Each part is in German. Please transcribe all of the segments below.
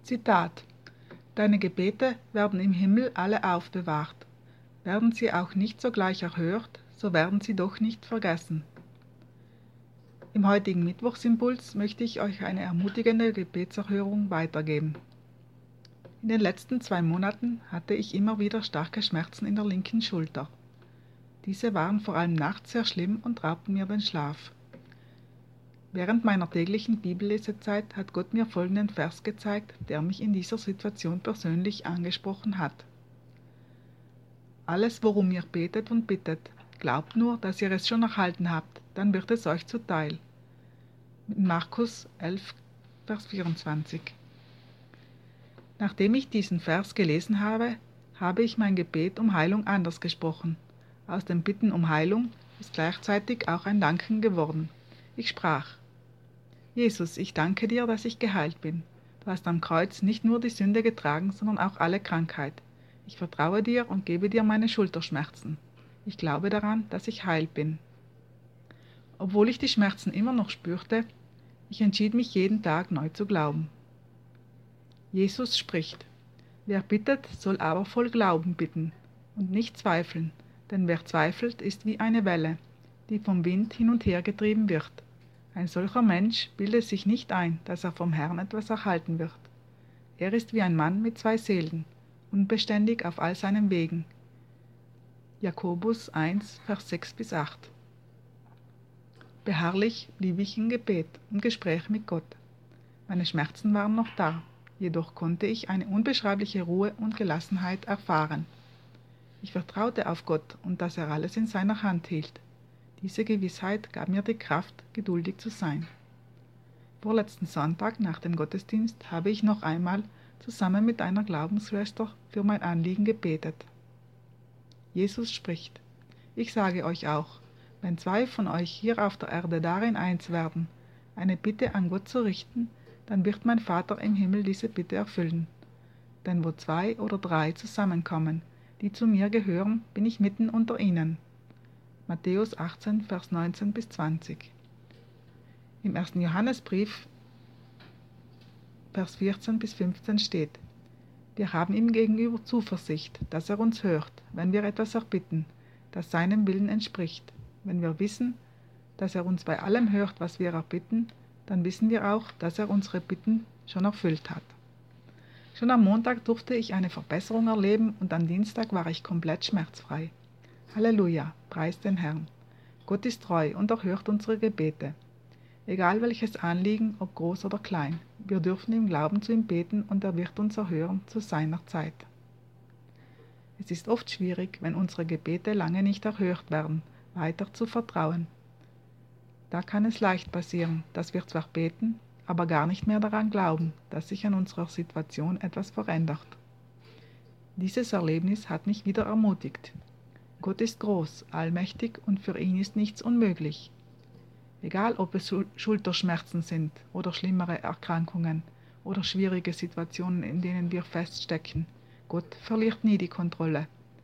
Zitat: Deine Gebete werden im Himmel alle aufbewahrt. Werden sie auch nicht sogleich erhört, so werden sie doch nicht vergessen. Im heutigen Mittwochsimpuls möchte ich euch eine ermutigende Gebetserhörung weitergeben. In den letzten 2 Monaten hatte ich immer wieder starke Schmerzen in der linken Schulter. Diese waren vor allem nachts sehr schlimm und raubten mir den Schlaf. Während meiner täglichen Bibellesezeit hat Gott mir folgenden Vers gezeigt, der mich in dieser Situation persönlich angesprochen hat. Alles, worum ihr betet und bittet, glaubt nur, dass ihr es schon erhalten habt, dann wird es euch zuteil. Mit Markus 11, Vers 24. Nachdem ich diesen Vers gelesen habe, habe ich mein Gebet um Heilung anders gesprochen. Aus dem Bitten um Heilung ist gleichzeitig auch ein Danken geworden. Ich sprach: Jesus, ich danke dir, dass ich geheilt bin. Du hast am Kreuz nicht nur die Sünde getragen, sondern auch alle Krankheit. Ich vertraue dir und gebe dir meine Schulterschmerzen. Ich glaube daran, dass ich heil bin. Obwohl ich die Schmerzen immer noch spürte, ich entschied mich jeden Tag neu zu glauben. Jesus spricht: Wer bittet, soll aber voll Glauben bitten und nicht zweifeln, denn wer zweifelt, ist wie eine Welle, die vom Wind hin und her getrieben wird. Ein solcher Mensch bildet sich nicht ein, dass er vom Herrn etwas erhalten wird. Er ist wie ein Mann mit 2 Seelen, unbeständig auf all seinen Wegen. Jakobus 1, Vers 6-8. Beharrlich blieb ich im Gebet und Gespräch mit Gott. Meine Schmerzen waren noch da, jedoch konnte ich eine unbeschreibliche Ruhe und Gelassenheit erfahren. Ich vertraute auf Gott und dass er alles in seiner Hand hielt. Diese Gewissheit gab mir die Kraft, geduldig zu sein. Vorletzten Sonntag nach dem Gottesdienst habe ich noch einmal zusammen mit einer Glaubensschwester für mein Anliegen gebetet. Jesus spricht: Ich sage euch auch, wenn 2 von euch hier auf der Erde darin eins werden, eine Bitte an Gott zu richten, dann wird mein Vater im Himmel diese Bitte erfüllen. Denn wo 2 oder 3 zusammenkommen, die zu mir gehören, bin ich mitten unter ihnen. Matthäus 18, Vers 19-20. Im 1. Johannesbrief, Vers 14-15 steht: Wir haben ihm gegenüber Zuversicht, dass er uns hört, wenn wir etwas erbitten, das seinem Willen entspricht. Wenn wir wissen, dass er uns bei allem hört, was wir erbitten, dann wissen wir auch, dass er unsere Bitten schon erfüllt hat. Schon am Montag durfte ich eine Verbesserung erleben und am Dienstag war ich komplett schmerzfrei. Halleluja, preis den Herrn. Gott ist treu und erhört unsere Gebete. Egal welches Anliegen, ob groß oder klein, wir dürfen im Glauben zu ihm beten und er wird uns erhören zu seiner Zeit. Es ist oft schwierig, wenn unsere Gebete lange nicht erhört werden, weiter zu vertrauen. Da kann es leicht passieren, dass wir zwar beten, aber gar nicht mehr daran glauben, dass sich an unserer Situation etwas verändert. Dieses Erlebnis hat mich wieder ermutigt. Gott ist groß, allmächtig und für ihn ist nichts unmöglich. Egal ob es Schulterschmerzen sind oder schlimmere Erkrankungen oder schwierige Situationen, in denen wir feststecken, Gott verliert nie die Kontrolle.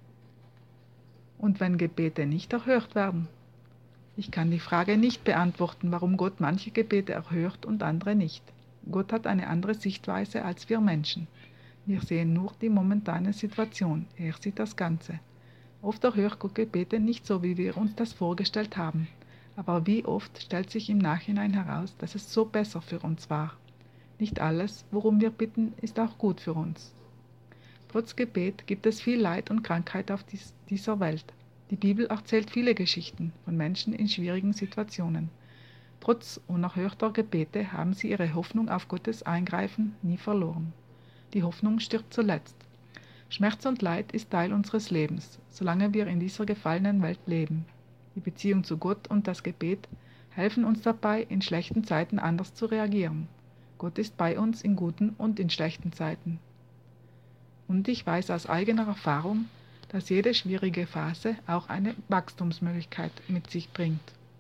Und wenn Gebete nicht erhört werden? Ich kann die Frage nicht beantworten, warum Gott manche Gebete erhört und andere nicht. Gott hat eine andere Sichtweise als wir Menschen. Wir sehen nur die momentane Situation, er sieht das Ganze. Oft erhört Gott Gebete nicht so, wie wir uns das vorgestellt haben. Aber wie oft stellt sich im Nachhinein heraus, dass es so besser für uns war. Nicht alles, worum wir bitten, ist auch gut für uns. Trotz Gebet gibt es viel Leid und Krankheit auf dieser Welt. Die Bibel erzählt viele Geschichten von Menschen in schwierigen Situationen. Trotz unerhörter Gebete haben sie ihre Hoffnung auf Gottes Eingreifen nie verloren. Die Hoffnung stirbt zuletzt. Schmerz und Leid ist Teil unseres Lebens, solange wir in dieser gefallenen Welt leben. Die Beziehung zu Gott und das Gebet helfen uns dabei, in schlechten Zeiten anders zu reagieren. Gott ist bei uns in guten und in schlechten Zeiten. Und ich weiß aus eigener Erfahrung, dass jede schwierige Phase auch eine Wachstumsmöglichkeit mit sich bringt.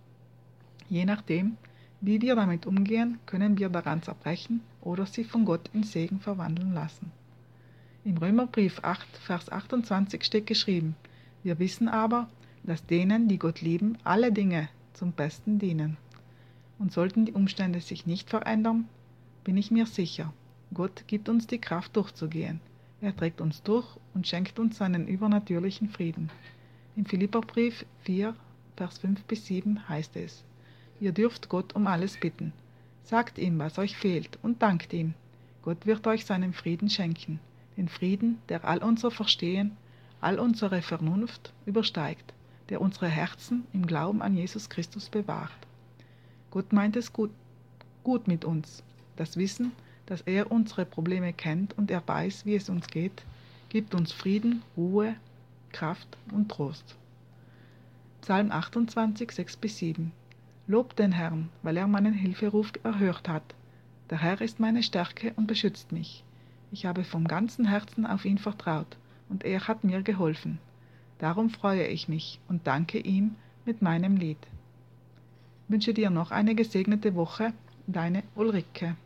Je nachdem, wie wir damit umgehen, können wir daran zerbrechen oder sie von Gott in Segen verwandeln lassen. Im Römerbrief 8, Vers 28 steht geschrieben: Wir wissen aber, dass denen, die Gott lieben, alle Dinge zum Besten dienen. Und sollten die Umstände sich nicht verändern, bin ich mir sicher, Gott gibt uns die Kraft durchzugehen. Er trägt uns durch und schenkt uns seinen übernatürlichen Frieden. Im Philipperbrief 4, Vers 5-7 heißt es: Ihr dürft Gott um alles bitten. Sagt ihm, was euch fehlt, und dankt ihm. Gott wird euch seinen Frieden schenken, den Frieden, der all unser Verstehen, all unsere Vernunft übersteigt, der unsere Herzen im Glauben an Jesus Christus bewahrt. Gott meint es gut mit uns. Das Wissen, dass er unsere Probleme kennt und er weiß, wie es uns geht, gibt uns Frieden, Ruhe, Kraft und Trost. Psalm 28, 6-7. Lobt den Herrn, weil er meinen Hilferuf erhört hat. Der Herr ist meine Stärke und beschützt mich. Ich habe vom ganzen Herzen auf ihn vertraut, und er hat mir geholfen. Darum freue ich mich und danke ihm mit meinem Lied. Ich wünsche dir noch eine gesegnete Woche, deine Ulrike.